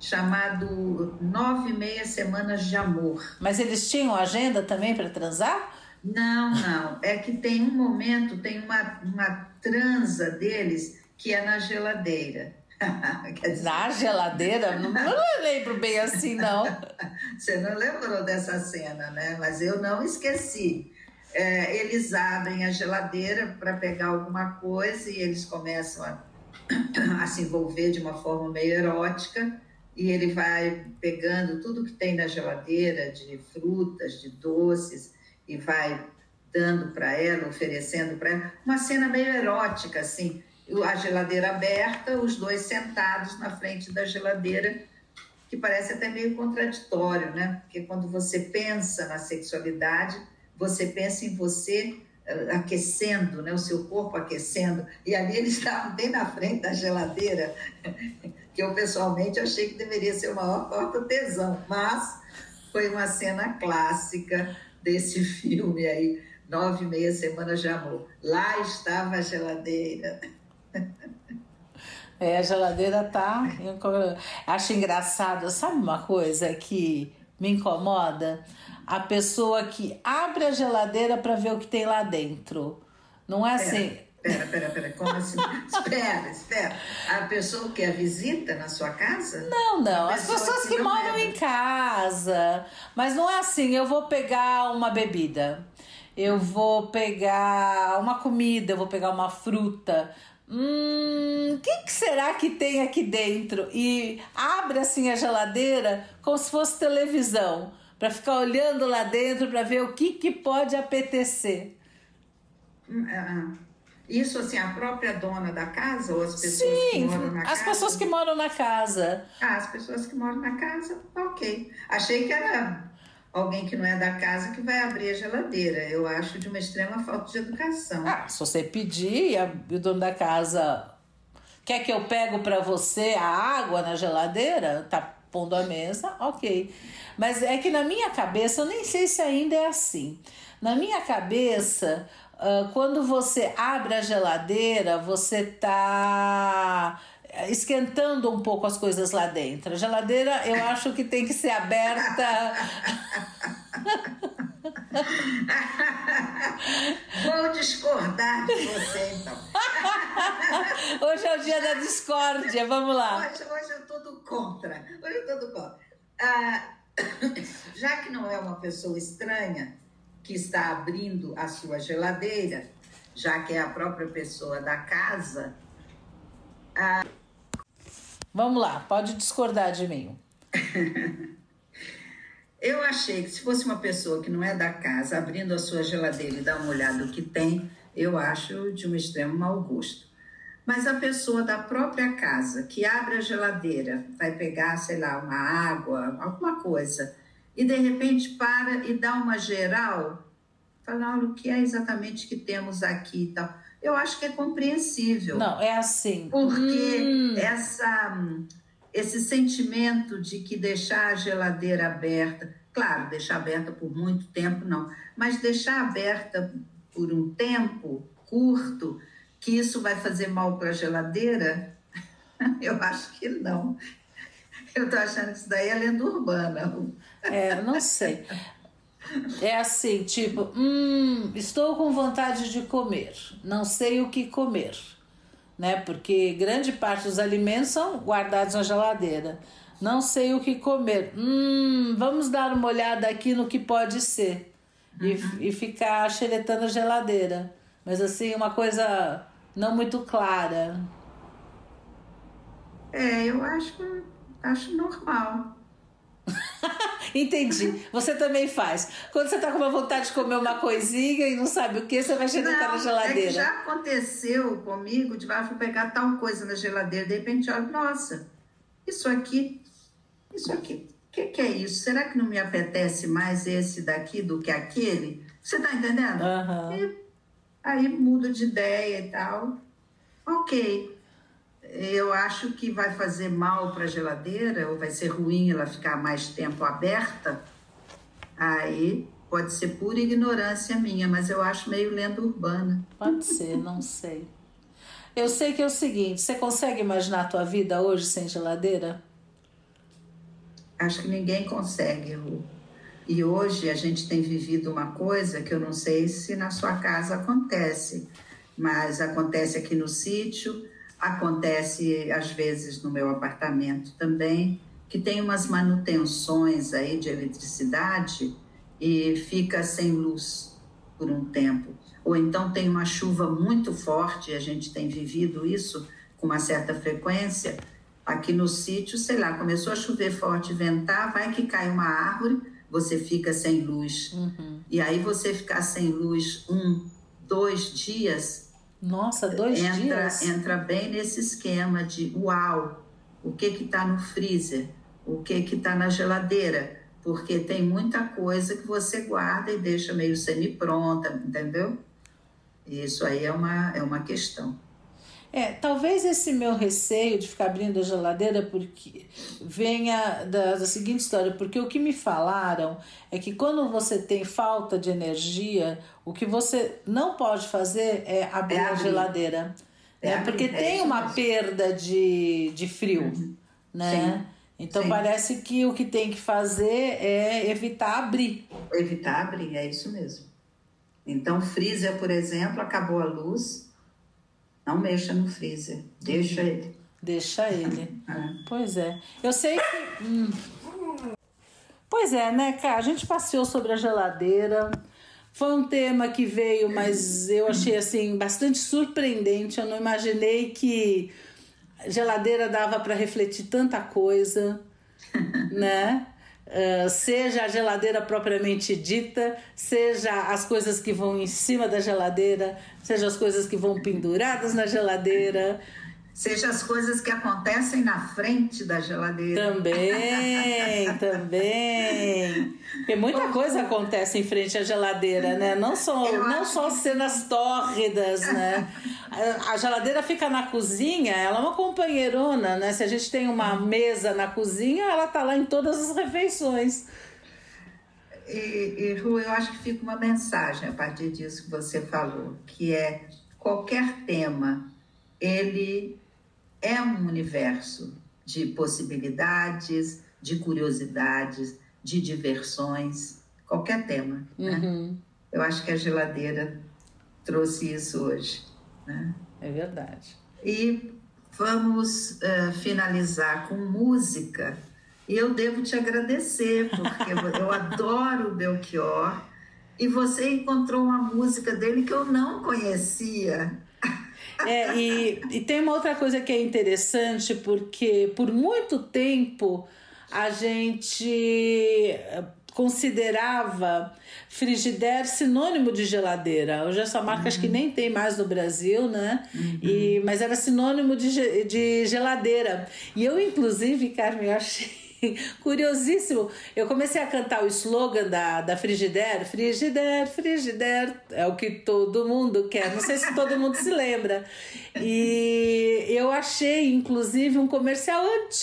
chamado Nove e Meia Semanas de Amor. Mas eles tinham agenda também para transar? Não, não. É que tem um momento, tem uma, uma transa deles que é na geladeira. Quer dizer... Na geladeira? Não, não lembro bem assim, não. Você não lembrou dessa cena, né? Mas eu não esqueci. É, eles abrem a geladeira para pegar alguma coisa e eles começam a, a se envolver de uma forma meio erótica, e ele vai pegando tudo que tem na geladeira, de frutas, de doces, e vai dando para ela, oferecendo para ela. Uma cena meio erótica, assim. A geladeira aberta, os dois sentados na frente da geladeira, que parece até meio contraditório, né? Porque quando você pensa na sexualidade, você pensa em você aquecendo, né? O seu corpo aquecendo. E ali eles estavam bem na frente da geladeira, que eu pessoalmente achei que deveria ser o maior corta-tesão, mas foi uma cena clássica desse filme aí, Nove e Meia Semanas de Amor. Lá estava a geladeira. É, a geladeira tá... Eu acho engraçado, sabe uma coisa que me incomoda? A pessoa que abre a geladeira para ver o que tem lá dentro. Não é pera, assim... Pera, pera, pera, como assim? espera, espera. A pessoa que a visita na sua casa? Não, não. As pessoas que, que moram é. em casa. Mas não é assim, eu vou pegar uma bebida, eu vou pegar uma comida, eu vou pegar uma fruta. Hum, o que, que será que tem aqui dentro? E abre assim a geladeira como se fosse televisão, para ficar olhando lá dentro para ver o que, que pode apetecer. Uh, isso assim, a própria dona da casa ou as pessoas Sim, que moram na as casa? As pessoas que moram na casa. Ah, as pessoas que moram na casa, ok. Achei que era alguém que não é da casa que vai abrir a geladeira. Eu acho de uma extrema falta de educação. Ah, se você pedir e o dono da casa quer que eu pego para você a água na geladeira, tá pondo a mesa, ok. Mas é que na minha cabeça, eu nem sei se ainda é assim. Na minha cabeça, uh, quando você abre a geladeira, você tá esquentando um pouco as coisas lá dentro. A geladeira, eu acho que tem que ser aberta. Vou discordar de você, então. Hoje é o dia da discórdia, vamos lá. Hoje, hoje eu estou do contra. Hoje eu estou do contra. Ah, já que não é uma pessoa estranha que está abrindo a sua geladeira, já que é a própria pessoa da casa... Ah, vamos lá, pode discordar de mim. Eu achei que se fosse uma pessoa que não é da casa, abrindo a sua geladeira e dar uma olhada no que tem, eu acho de um extremo mau gosto. Mas a pessoa da própria casa, que abre a geladeira, vai pegar, sei lá, uma água, alguma coisa, e de repente para e dá uma geral, fala, olha, o que é exatamente que temos aqui e tal. Eu acho que é compreensível. Não, é assim. Porque hum. essa... esse sentimento de que deixar a geladeira aberta, claro, deixar aberta por muito tempo não, mas deixar aberta por um tempo curto, que isso vai fazer mal para a geladeira? Eu acho que não. Eu estou achando que isso daí é lenda urbana. É, não sei. É assim, tipo, hum, estou com vontade de comer, não sei o que comer, né? Porque grande parte dos alimentos são guardados na geladeira. Não sei o que comer. Hum, vamos dar uma olhada aqui no que pode ser. E, uhum. e ficar xeretando a geladeira. Mas assim, uma coisa não muito clara. É, eu acho, acho normal. Entendi. Você também faz. Quando você tá com uma vontade de comer uma coisinha e não sabe o que, você vai xeretar na geladeira. É que já aconteceu comigo de vai pegar tal coisa na geladeira, de repente olha, nossa, isso aqui, isso aqui, o que, que é isso? Será que não me apetece mais esse daqui do que aquele? Você tá entendendo? Uhum. E aí muda de ideia e tal. Ok. Eu acho que vai fazer mal para a geladeira, ou vai ser ruim ela ficar mais tempo aberta. Aí pode ser pura ignorância minha, mas eu acho meio lenda urbana. Pode ser, não sei. Eu sei que é o seguinte, você consegue imaginar a tua vida hoje sem geladeira? Acho que ninguém consegue, Ru. E hoje a gente tem vivido uma coisa que eu não sei se na sua casa acontece, mas acontece aqui no sítio, acontece às vezes no meu apartamento também, que tem umas manutenções aí de eletricidade e fica sem luz por um tempo. Ou então tem uma chuva muito forte, a gente tem vivido isso com uma certa frequência. Aqui no sítio, sei lá, começou a chover forte, ventar, vai que cai uma árvore, você fica sem luz. Uhum. E aí você ficar sem luz um, dois dias... Nossa, dois entra, dias? Entra bem nesse esquema de uau, o que que tá no freezer, o que que tá na geladeira, porque tem muita coisa que você guarda e deixa meio semi-pronta, entendeu? Isso aí é uma, é uma questão. É, talvez esse meu receio de ficar abrindo a geladeira porque venha da, da seguinte história, porque o que me falaram é que quando você tem falta de energia, o que você não pode fazer é abrir, é abrir. a geladeira. É, né? Porque é tem uma mesmo. perda de, de frio, uhum. né? Sim. Então Sim. parece que o que tem que fazer é evitar abrir. Evitar abrir, é isso mesmo. Então, freezer, por exemplo, acabou a luz... Não mexa no freezer, deixa ele. Deixa ele. É. Pois é. Eu sei que... Hum. Pois é, né, cara? A gente passeou sobre a geladeira. Foi um tema que veio, mas eu achei, assim, bastante surpreendente. Eu não imaginei que geladeira dava para refletir tanta coisa, né? Uh, seja a geladeira propriamente dita, seja as coisas que vão em cima da geladeira, seja as coisas que vão penduradas na geladeira, seja as coisas que acontecem na frente da geladeira. Também, também. Porque muita coisa acontece em frente à geladeira, né? Não só, não só cenas tórridas, né? A geladeira fica na cozinha, ela é uma companheirona, né? Se a gente tem uma mesa na cozinha, ela tá lá em todas as refeições. E, e Ru, eu acho que fica uma mensagem a partir disso que você falou, que é qualquer tema, ele é um universo de possibilidades, de curiosidades, de diversões, qualquer tema, uhum. né? Eu acho que a geladeira trouxe isso hoje, né? É verdade. E vamos uh, finalizar com música. E eu devo te agradecer, porque eu adoro o Belchior, e você encontrou uma música dele que eu não conhecia. É, e, e tem uma outra coisa que é interessante, porque por muito tempo a gente considerava Frigidaire sinônimo de geladeira. Hoje essa marca uhum. acho que nem tem mais no Brasil, né? Uhum. E, mas era sinônimo de, de geladeira. E eu, inclusive, Carmen, eu achei curiosíssimo. Eu comecei a cantar o slogan da, da Frigidaire. Frigidaire, Frigidaire, é o que todo mundo quer. Não sei se todo mundo se lembra. E eu achei, inclusive, um comercial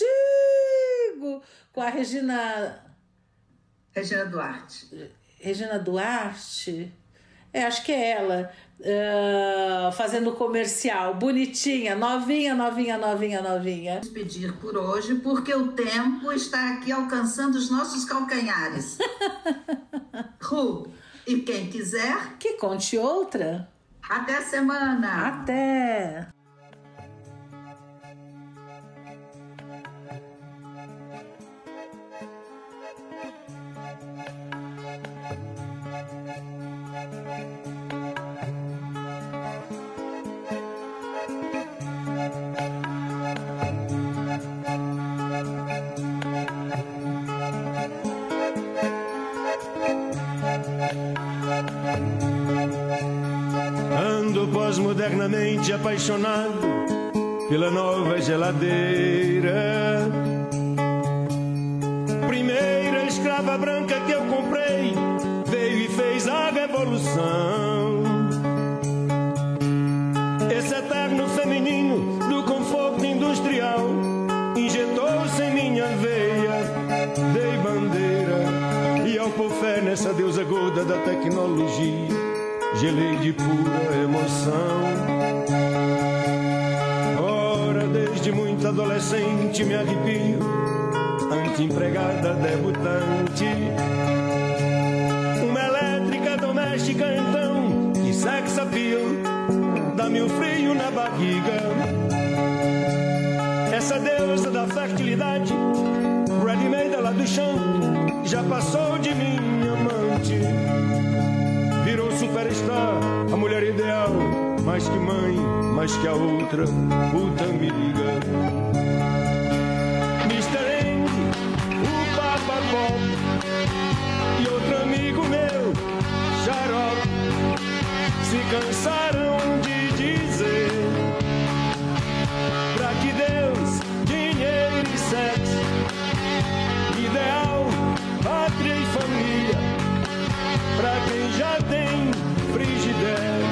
antigo com a Regina... Regina Duarte. Regina Duarte... É, acho que é ela. Uh, fazendo comercial, bonitinha, novinha, novinha, novinha, novinha. Pedir por hoje, porque o tempo está aqui alcançando os nossos calcanhares. Ru, e quem quiser, que conte outra. Até semana. Até. Ando pós-modernamente apaixonado pela nova geladeira. Primeira escrava branca que eu comprei veio e fez a revolução. Esse eterno feminino do conforto industrial injetou-se em minha veia, dei bandeira e ao pôr fé nessa deusa gorda da tecnologia, gelei de pura emoção. Ora, desde muito adolescente me arrepio, anti-empregada debutante. Uma elétrica doméstica então, que sex appeal, dá-me um frio na barriga. Essa deusa da fertilidade, ready-made lá do chão, já passou de minha amante. Virou superstar, a mulher ideal, mais que mãe, mais que a outra, puta amiga. mister Andy, o Papa Pop e outro amigo meu, Xarope, se cansaram de dizer pra que Deus, dinheiro e sexo, ideal, pátria e família, pra quem já tem frigideira.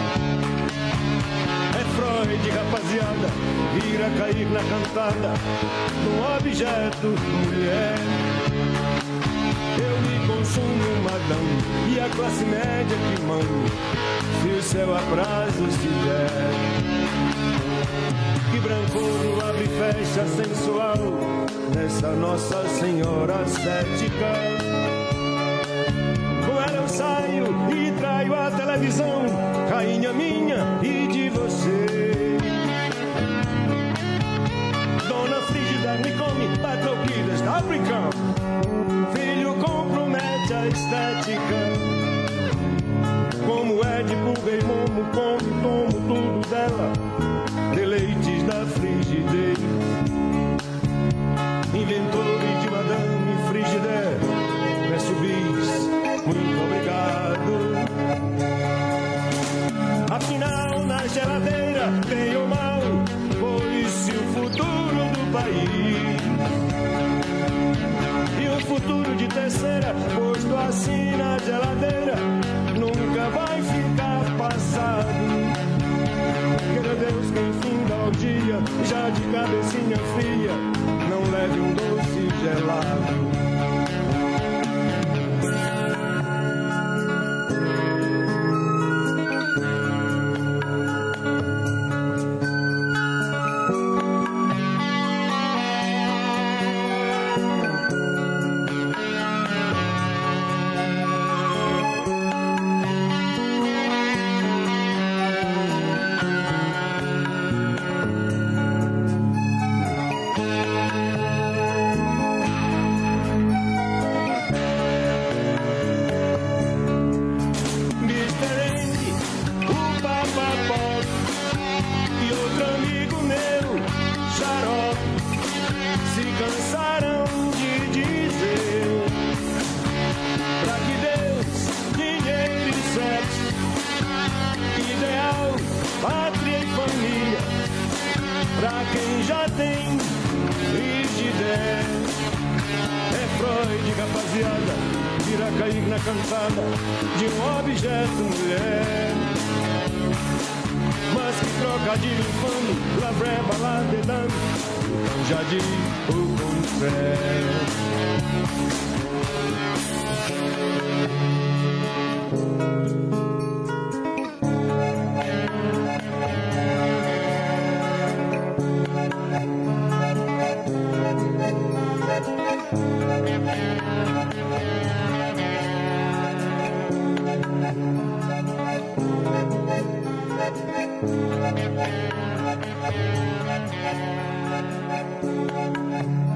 É Freud, rapaziada, vira cair na cantada num objeto mulher. Eu me consumo, madame, e a classe média que manda, se o céu a prazo se der. Que brancoro abre e fecha sensual nessa Nossa Senhora cética. Com ela eu saio e traio a televisão, rainha minha e de você. Dona Frígida me come patroquidas, tá brincando? Filho compromete a estética. Como é de pulga e momo, como tomo tudo dela, deleites da frigidez. Inventores de Madame Frigidaire, peço bis, muito obrigado. Afinal, na geladeira, bem ou mal, foi-se o futuro do país. E o futuro de terceira, posto assim na geladeira, nunca vai ficar passado. Queira Deus que enfim dá o dia, já de cabecinha fria, não leve um doce gelado. De um objeto mulher, mas que trocadilho infame, la vraie balade dame, então já digo o contrário. Thank